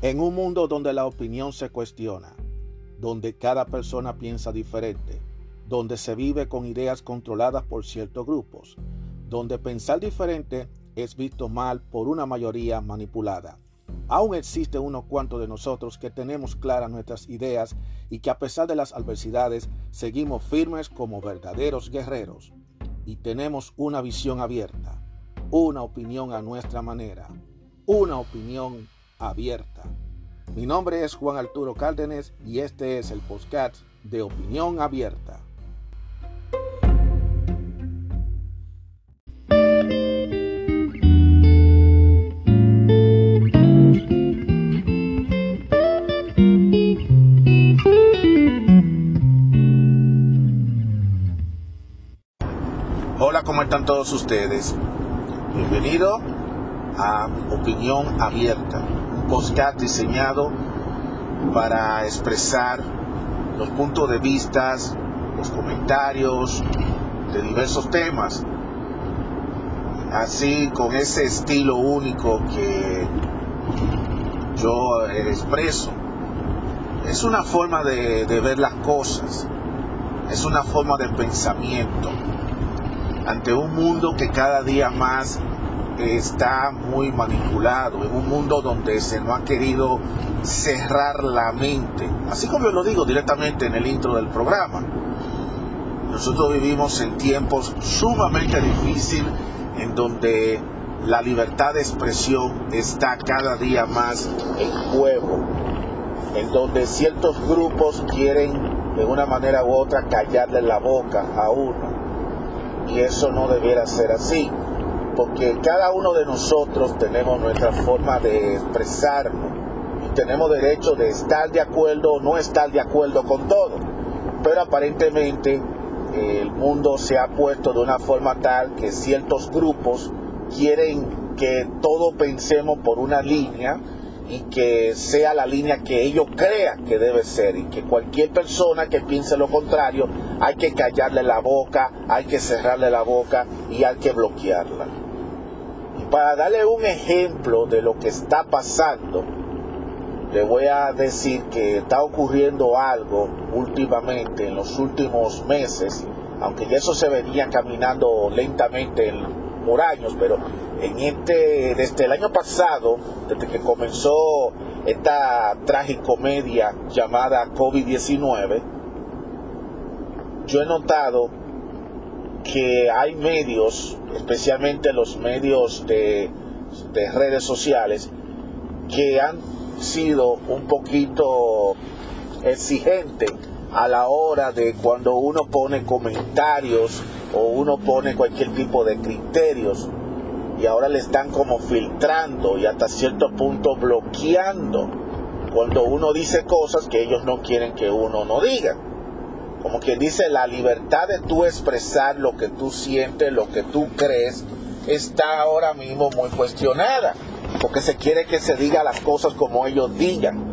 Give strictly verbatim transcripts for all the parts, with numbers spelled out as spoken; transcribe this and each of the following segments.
En un mundo donde la opinión se cuestiona, donde cada persona piensa diferente, donde se vive con ideas controladas por ciertos grupos, donde pensar diferente es visto mal por una mayoría manipulada. Aún existe unos cuantos de nosotros que tenemos claras nuestras ideas y que a pesar de las adversidades seguimos firmes como verdaderos guerreros. Y tenemos una visión abierta, una opinión a nuestra manera, una opinión abierta. Mi nombre es Juan Arturo Cárdenas y este es el podcast de Opinión Abierta. Hola, ¿cómo están todos ustedes? Bienvenido a Opinión Abierta, un podcast diseñado para expresar los puntos de vista, los comentarios de diversos temas, así con ese estilo único que yo expreso. Es una forma de, de ver las cosas, es una forma de pensamiento ante un mundo que cada día más está muy manipulado, en un mundo donde se nos ha querido cerrar la mente, así como yo lo digo directamente en el intro del programa. Nosotros vivimos en tiempos sumamente difíciles en donde la libertad de expresión está cada día más en juego, en donde ciertos grupos quieren de una manera u otra callarle la boca a uno. Y eso no debiera ser así, porque cada uno de nosotros tenemos nuestra forma de expresarnos y tenemos derecho de estar de acuerdo o no estar de acuerdo con todo. Pero aparentemente eh, el mundo se ha puesto de una forma tal que ciertos grupos quieren que todos pensemos por una línea y que sea la línea que ellos crean que debe ser, y que cualquier persona que piense lo contrario hay que callarle la boca, hay que cerrarle la boca y hay que bloquearla. Y para darle un ejemplo de lo que está pasando, le voy a decir que está ocurriendo algo últimamente, en los últimos meses, aunque ya eso se venía caminando lentamente por años, pero en este, desde el año pasado, desde que comenzó esta tragicomedia llamada COVID diecinueve, yo he notado que hay medios, especialmente los medios de, de redes sociales, que han sido un poquito exigentes a la hora de cuando uno pone comentarios o uno pone cualquier tipo de criterios, y ahora le están como filtrando y hasta cierto punto bloqueando cuando uno dice cosas que ellos no quieren que uno no diga. Como quien dice, la libertad de tú expresar lo que tú sientes, lo que tú crees, está ahora mismo muy cuestionada, porque se quiere que se diga las cosas como ellos digan.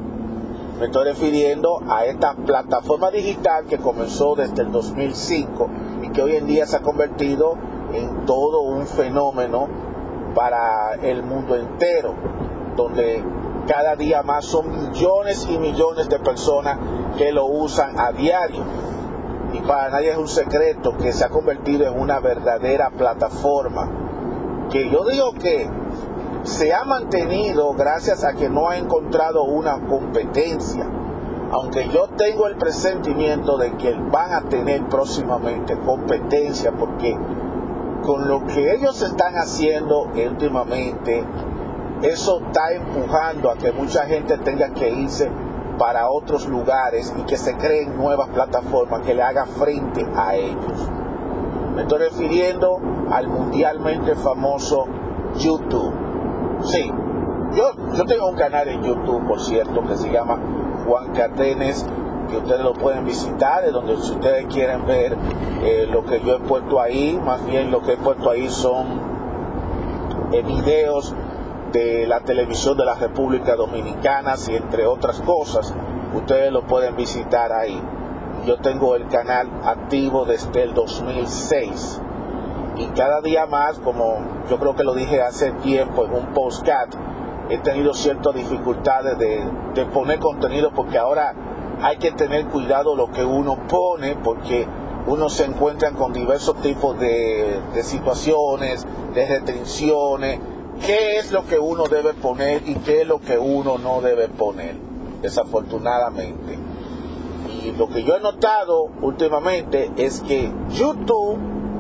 Me estoy refiriendo a esta plataforma digital que comenzó desde el dos mil cinco y que hoy en día se ha convertido en todo un fenómeno para el mundo entero, donde cada día más son millones y millones de personas que lo usan a diario. Y para nadie es un secreto que se ha convertido en una verdadera plataforma, que yo digo que se ha mantenido gracias a que no ha encontrado una competencia, aunque yo tengo el presentimiento de que van a tener próximamente competencia, porque con lo que ellos están haciendo últimamente, eso está empujando a que mucha gente tenga que irse para otros lugares y que se creen nuevas plataformas que le hagan frente a ellos. Me estoy refiriendo al mundialmente famoso YouTube. Sí, yo, yo tengo un canal en YouTube, por cierto, que se llama Juan Cárdenas, que ustedes lo pueden visitar, de donde si ustedes quieren ver eh, lo que yo he puesto ahí, más bien lo que he puesto ahí son eh, videos de la televisión de la República Dominicana, y entre otras cosas, ustedes lo pueden visitar ahí. Yo tengo el canal activo desde el dos mil seis y cada día más, como yo creo que lo dije hace tiempo en un podcast, he tenido ciertas dificultades de, de poner contenido, porque ahora hay que tener cuidado lo que uno pone, porque uno se encuentra con diversos tipos de, de situaciones, de restricciones, qué es lo que uno debe poner y qué es lo que uno no debe poner, desafortunadamente. Y lo que yo he notado últimamente es que YouTube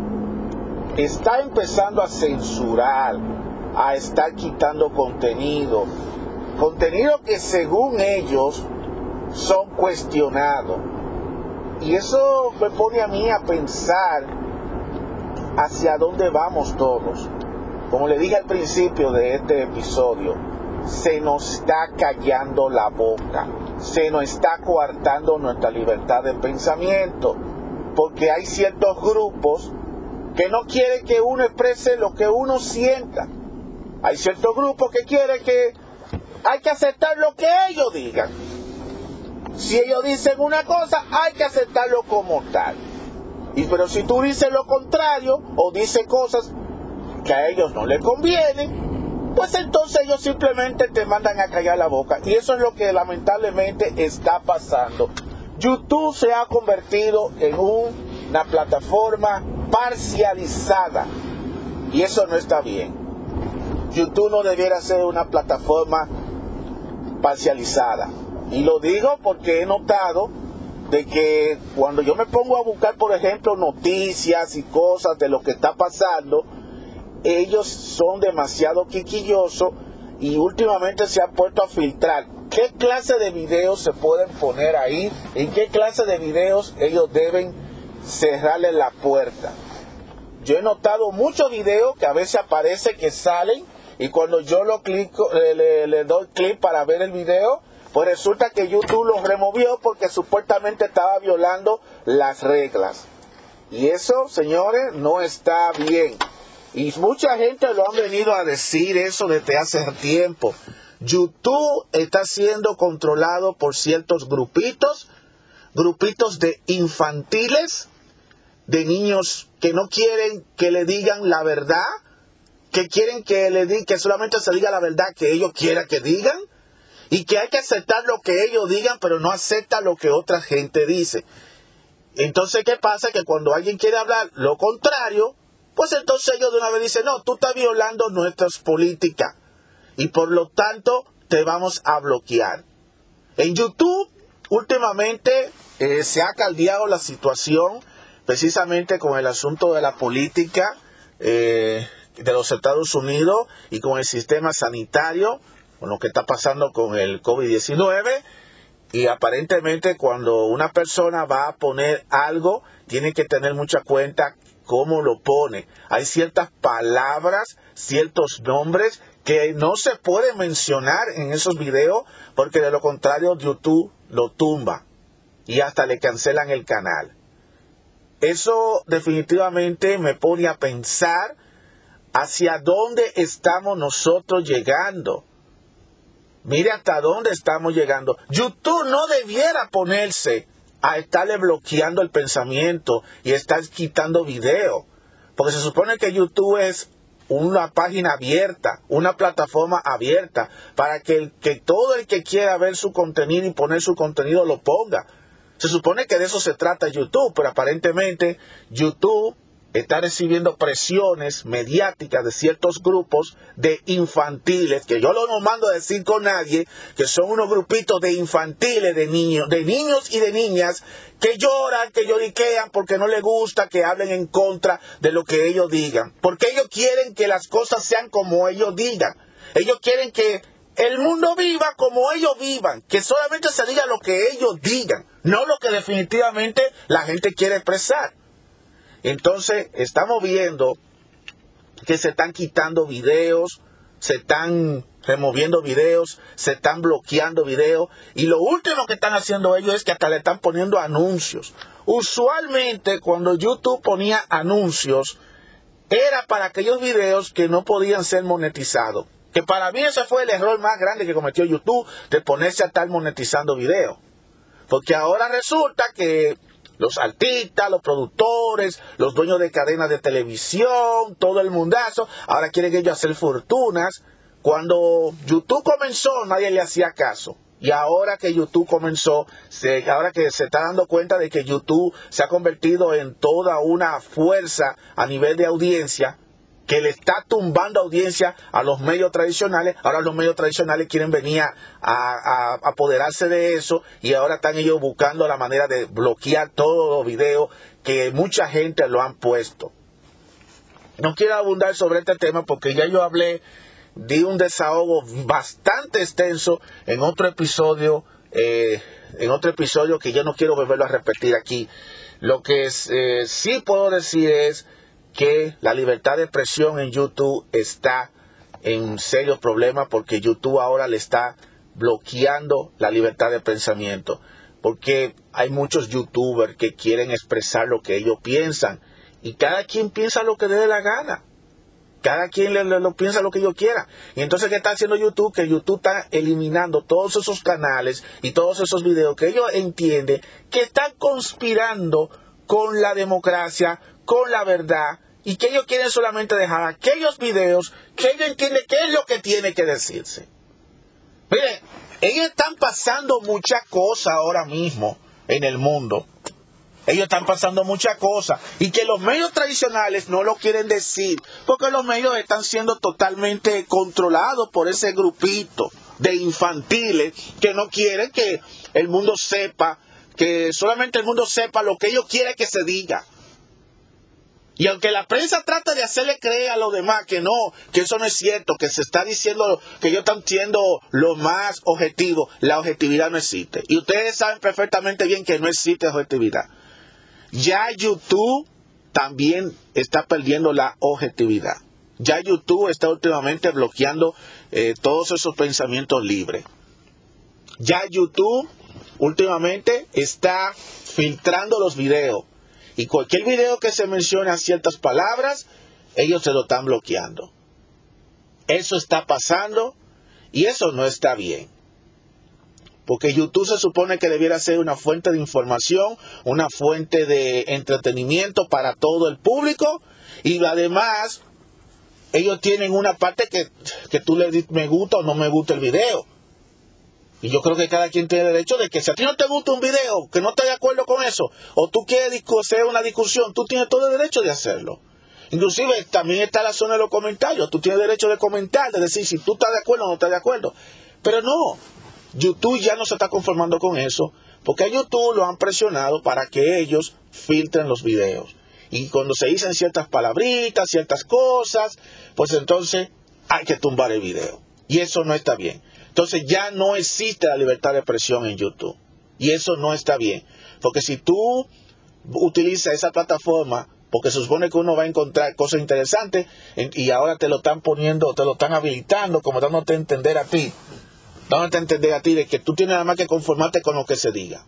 está empezando a censurar, a estar quitando contenido, contenido que según ellos son cuestionados. Y eso me pone a mí a pensar hacia dónde vamos todos. Como le dije al principio de este episodio, se nos está callando la boca, se nos está coartando nuestra libertad de pensamiento, porque hay ciertos grupos que no quieren que uno exprese lo que uno sienta. Hay ciertos grupos que quieren que hay que aceptar lo que ellos digan. Si ellos dicen una cosa, hay que aceptarlo como tal. Y pero si tú dices lo contrario o dices cosas que a ellos no les convienen, pues entonces ellos simplemente te mandan a callar la boca. Y eso es lo que lamentablemente está pasando. YouTube se ha convertido en un, una plataforma parcializada. Y eso no está bien. YouTube no debiera ser una plataforma parcializada. Y lo digo porque he notado de que cuando yo me pongo a buscar, por ejemplo, noticias y cosas de lo que está pasando, ellos son demasiado quisquillosos y últimamente se han puesto a filtrar qué clase de videos se pueden poner ahí, en qué clase de videos ellos deben cerrarle la puerta. Yo he notado muchos videos que a veces aparece que salen y cuando yo lo clico, le, le, le doy clic para ver el video, pues resulta que YouTube lo removió porque supuestamente estaba violando las reglas. Y eso, señores, no está bien. Y mucha gente lo han venido a decir eso desde hace tiempo. YouTube está siendo controlado por ciertos grupitos, grupitos de infantiles, de niños que no quieren que le digan la verdad, que quieren que le digan, que solamente se diga la verdad que ellos quieran que digan, y que hay que aceptar lo que ellos digan, pero no acepta lo que otra gente dice. Entonces, ¿qué pasa? Que cuando alguien quiere hablar lo contrario, pues entonces ellos de una vez dicen, no, tú estás violando nuestras políticas y por lo tanto te vamos a bloquear. En YouTube, últimamente eh, se ha caldeado la situación precisamente con el asunto de la política eh, de los Estados Unidos y con el sistema sanitario, con lo que está pasando con el COVID diecinueve, y aparentemente cuando una persona va a poner algo, tiene que tener mucha cuenta cómo lo pone. Hay ciertas palabras, ciertos nombres que no se pueden mencionar en esos videos, porque de lo contrario YouTube lo tumba y hasta le cancelan el canal. Eso definitivamente me pone a pensar hacia dónde estamos nosotros llegando. Mire hasta dónde estamos llegando. YouTube no debiera ponerse a estarle bloqueando el pensamiento y estar quitando video. Porque se supone que YouTube es una página abierta, una plataforma abierta, para que, el, que todo el que quiera ver su contenido y poner su contenido lo ponga. Se supone que de eso se trata YouTube, pero aparentemente YouTube está recibiendo presiones mediáticas de ciertos grupos de infantiles, que yo no mando a decir con nadie, que son unos grupitos de infantiles, de niños, de niños y de niñas, que lloran, que lloriquean porque no les gusta que hablen en contra de lo que ellos digan. Porque ellos quieren que las cosas sean como ellos digan. Ellos quieren que el mundo viva como ellos vivan, que solamente se diga lo que ellos digan, no lo que definitivamente la gente quiere expresar. Entonces, estamos viendo que se están quitando videos, se están removiendo videos, se están bloqueando videos, y lo último que están haciendo ellos es que hasta le están poniendo anuncios. Usualmente, cuando YouTube ponía anuncios, era para aquellos videos que no podían ser monetizados. Que para mí ese fue el error más grande que cometió YouTube, de ponerse a estar monetizando videos. Porque ahora resulta que los artistas, los productores, los dueños de cadenas de televisión, todo el mundazo, ahora quieren ellos hacer fortunas Cuando YouTube comenzó, nadie le hacía caso. Y ahora que YouTube comenzó, se, ahora que se está dando cuenta de que YouTube se ha convertido en toda una fuerza a nivel de audiencia, que le está tumbando audiencia a los medios tradicionales. Ahora los medios tradicionales quieren venir a, a, a apoderarse de eso, y ahora están ellos buscando la manera de bloquear todos los videos que mucha gente lo han puesto. No quiero abundar sobre este tema porque ya yo hablé, di un desahogo bastante extenso en otro episodio, eh, en otro episodio que yo no quiero volverlo a repetir aquí. Lo que es, eh, sí puedo decir es que la libertad de expresión en YouTube está en serios problemas, porque YouTube ahora le está bloqueando la libertad de pensamiento, porque hay muchos youtubers que quieren expresar lo que ellos piensan, y cada quien piensa lo que le dé la gana, cada quien le, le, lo piensa lo que yo quiera. Y entonces, ¿qué está haciendo YouTube? Que YouTube está eliminando todos esos canales y todos esos videos que ellos entienden que están conspirando con la democracia, con la verdad, y que ellos quieren solamente dejar aquellos videos que ellos entienden qué es lo que tiene que decirse. Miren, ellos están pasando muchas cosas ahora mismo en el mundo. Ellos están pasando muchas cosas, y que los medios tradicionales no lo quieren decir, porque los medios están siendo totalmente controlados por ese grupito de infantiles que no quieren que el mundo sepa, que solamente el mundo sepa lo que ellos quieren que se diga. Y aunque la prensa trata de hacerle creer a los demás que no, que eso no es cierto, que se está diciendo que ellos están siendo lo más objetivo, la objetividad no existe. Y ustedes saben perfectamente bien que no existe objetividad. Ya YouTube también está perdiendo la objetividad. Ya YouTube está últimamente bloqueando eh, todos esos pensamientos libres. Ya YouTube últimamente está filtrando los videos. Y cualquier video que se mencione a ciertas palabras, ellos se lo están bloqueando. Eso está pasando, y eso no está bien. Porque YouTube se supone que debiera ser una fuente de información, una fuente de entretenimiento para todo el público. Y además, ellos tienen una parte que, que tú le dices me gusta o no me gusta el video. Y yo creo que cada quien tiene derecho de que si a ti no te gusta un video, que no estás de acuerdo con eso, o tú quieres hacer una discusión, tú tienes todo el derecho de hacerlo. Inclusive también está la zona de los comentarios. Tú tienes derecho de comentar, de decir si tú estás de acuerdo o no estás de acuerdo. Pero no, YouTube ya no se está conformando con eso, porque a YouTube lo han presionado para que ellos filtren los videos. Y cuando se dicen ciertas palabritas, ciertas cosas, pues entonces hay que tumbar el video. Y eso no está bien. Entonces ya no existe la libertad de expresión en YouTube. Y eso no está bien. Porque si tú utilizas esa plataforma, porque se supone que uno va a encontrar cosas interesantes, y ahora te lo están poniendo, te lo están habilitando, como dándote a entender a ti, dándote a entender a ti de que tú tienes nada más que conformarte con lo que se diga.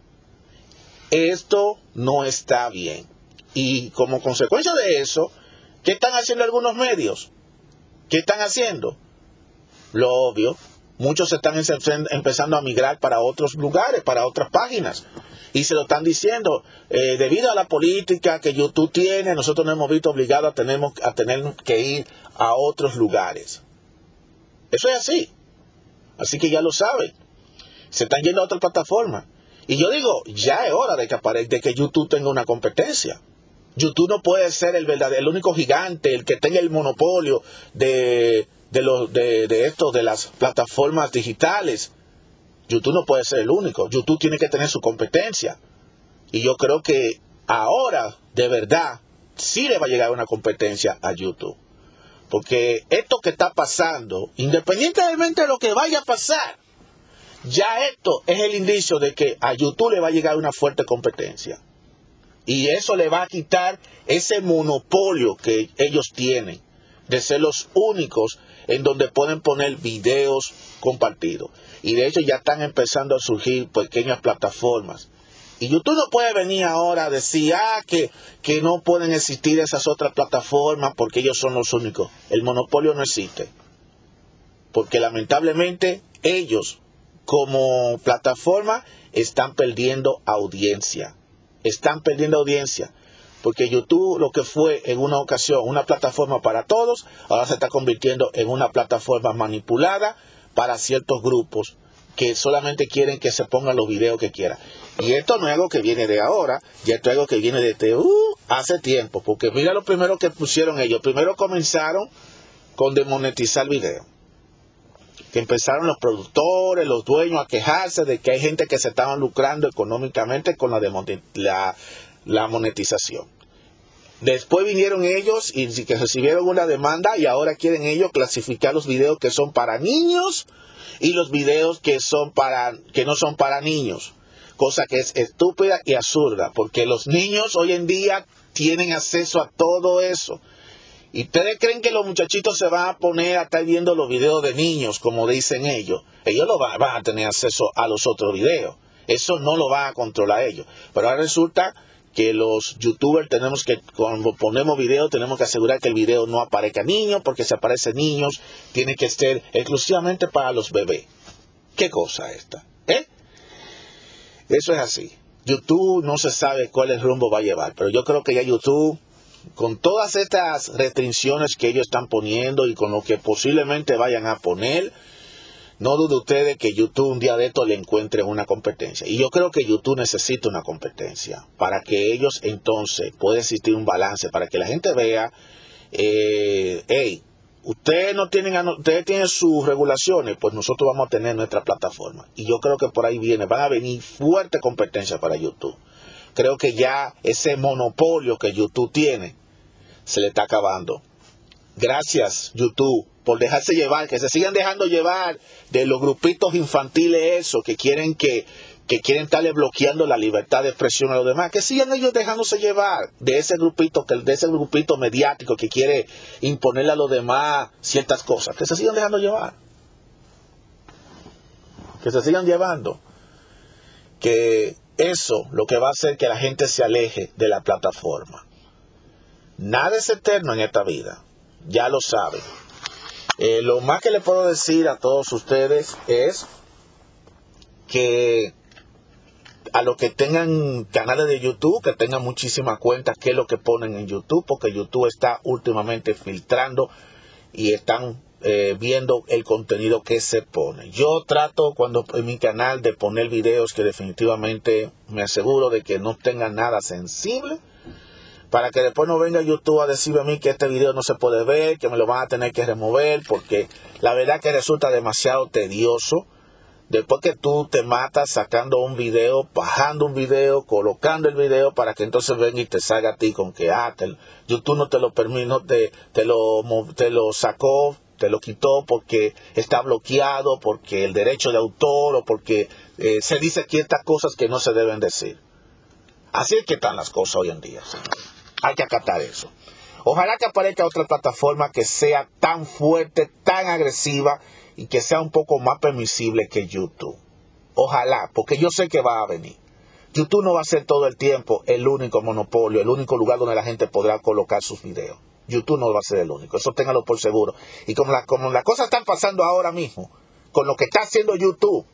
Esto no está bien. Y como consecuencia de eso, ¿qué están haciendo algunos medios? ¿Qué están haciendo? Lo obvio. Muchos están empezando a migrar para otros lugares, para otras páginas. Y se lo están diciendo, eh, debido a la política que YouTube tiene, nosotros nos hemos visto obligados a tener, a tener que ir a otros lugares. Eso es así. Así que ya lo saben. Se están yendo a otra plataforma. Y yo digo, ya es hora de que, apare de que YouTube tenga una competencia. YouTube no puede ser el verdadero, el único gigante, el que tenga el monopolio de... de, los, de, de esto, de las plataformas digitales. YouTube no puede ser el único. YouTube tiene que tener su competencia. Y yo creo que ahora, de verdad, sí le va a llegar una competencia a YouTube. Porque esto que está pasando, independientemente de lo que vaya a pasar, ya esto es el indicio de que a YouTube le va a llegar una fuerte competencia. Y eso le va a quitar ese monopolio que ellos tienen de ser los únicos en donde pueden poner videos compartidos. Y de hecho ya están empezando a surgir pequeñas plataformas. Y YouTube no puede venir ahora a decir ah, que, que no pueden existir esas otras plataformas porque ellos son los únicos. El monopolio no existe. Porque lamentablemente ellos como plataforma están perdiendo audiencia. Están perdiendo audiencia. porque YouTube, lo que fue en una ocasión una plataforma para todos, ahora se está convirtiendo en una plataforma manipulada para ciertos grupos que solamente quieren que se pongan los videos que quieran. Y esto no es algo que viene de ahora, ya esto es algo que viene desde uh, hace tiempo, porque mira lo primero que pusieron ellos. Primero comenzaron con demonetizar video, que empezaron los productores, los dueños a quejarse de que hay gente que se estaban lucrando económicamente con la, la, la monetización. Después vinieron ellos y que recibieron una demanda y ahora quieren ellos clasificar los videos que son para niños y los videos que son para que no son para niños, cosa que es estúpida y absurda, porque los niños hoy en día tienen acceso a todo eso. ¿Y ustedes creen que los muchachitos se van a poner a estar viendo los videos de niños, como dicen ellos? Ellos no van, van a tener acceso a los otros videos. Eso no lo van a controlar ellos. Pero ahora resulta que los youtubers tenemos que, cuando ponemos videos, tenemos que asegurar que el video no aparezca niños, porque si aparecen niños, tiene que ser exclusivamente para los bebés. ¿Qué cosa esta? ¿Eh? Eso es así. YouTube no se sabe cuál el rumbo va a llevar, pero yo creo que ya YouTube, con todas estas restricciones que ellos están poniendo y con lo que posiblemente vayan a poner, no dude ustedes que YouTube un día de esto le encuentre una competencia. Y yo creo que YouTube necesita una competencia para que ellos entonces pueda existir un balance, para que la gente vea, eh, hey, ustedes no tienen, ustedes tienen sus regulaciones, pues nosotros vamos a tener nuestra plataforma. Y yo creo que por ahí viene, van a venir fuerte competencia para YouTube. Creo que ya ese monopolio que YouTube tiene se le está acabando. Gracias, YouTube, por dejarse llevar, que se sigan dejando llevar de los grupitos infantiles esos que quieren que, que quieren estarle bloqueando la libertad de expresión a los demás, que sigan ellos dejándose llevar de ese grupito, que de ese grupito mediático que quiere imponerle a los demás ciertas cosas, que se sigan dejando llevar. Que se sigan llevando. Que eso lo que va a hacer que la gente se aleje de la plataforma. Nada es eterno en esta vida, ya lo saben. Eh, lo más que le puedo decir a todos ustedes es que a los que tengan canales de YouTube, que tengan muchísimas cuentas, qué es lo que ponen en YouTube, porque YouTube está últimamente filtrando y están eh, viendo el contenido que se pone. Yo trato cuando en mi canal de poner videos que definitivamente me aseguro de que no tengan nada sensible, para que después no venga YouTube a decirme a mí que este video no se puede ver, que me lo van a tener que remover, porque la verdad que resulta demasiado tedioso. Después que tú te matas sacando un video, bajando un video, colocando el video, para que entonces venga y te salga a ti con que ah, te, YouTube no te lo permite, no te, te, lo, te lo sacó, te lo quitó porque está bloqueado, porque el derecho de autor o porque eh, se dice ciertas cosas que no se deben decir. Así es que están las cosas hoy en día, señor. Hay que acatar eso. Ojalá que aparezca otra plataforma que sea tan fuerte, tan agresiva y que sea un poco más permisible que YouTube. Ojalá, porque yo sé que va a venir. YouTube no va a ser todo el tiempo el único monopolio, el único lugar donde la gente podrá colocar sus videos. YouTube no va a ser el único, eso téngalo por seguro. Y como, la, como las cosas están pasando ahora mismo, con lo que está haciendo YouTube,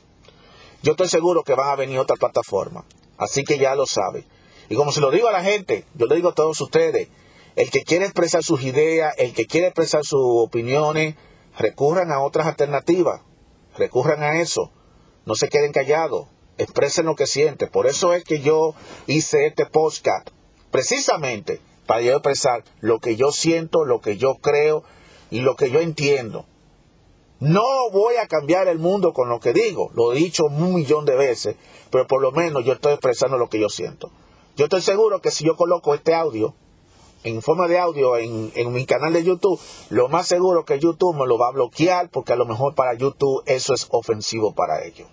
yo estoy seguro que van a venir otra plataforma. Así que ya lo saben. Y como se lo digo a la gente, yo le digo a todos ustedes, el que quiere expresar sus ideas, el que quiere expresar sus opiniones, recurran a otras alternativas, recurran a eso, no se queden callados, expresen lo que sienten. Por eso es que yo hice este podcast, precisamente para yo expresar lo que yo siento, lo que yo creo y lo que yo entiendo. No voy a cambiar el mundo con lo que digo, lo he dicho un millón de veces, pero por lo menos yo estoy expresando lo que yo siento. Yo estoy seguro que si yo coloco este audio en forma de audio en, en mi canal de YouTube, lo más seguro que YouTube me lo va a bloquear, porque a lo mejor para YouTube eso es ofensivo para ellos.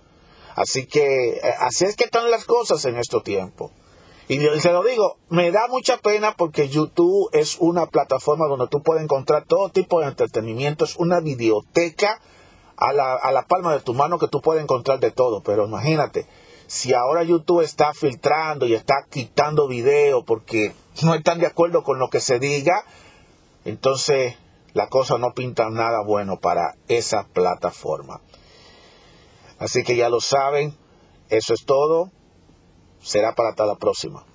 Así que así es que están las cosas en estos tiempos. Y se lo digo, me da mucha pena porque YouTube es una plataforma donde tú puedes encontrar todo tipo de entretenimiento, es una videoteca a la, a la palma de tu mano que tú puedes encontrar de todo. Pero imagínate, si ahora YouTube está filtrando y está quitando videos porque no están de acuerdo con lo que se diga, entonces la cosa no pinta nada bueno para esa plataforma. Así que ya lo saben, eso es todo. Será para hasta la próxima.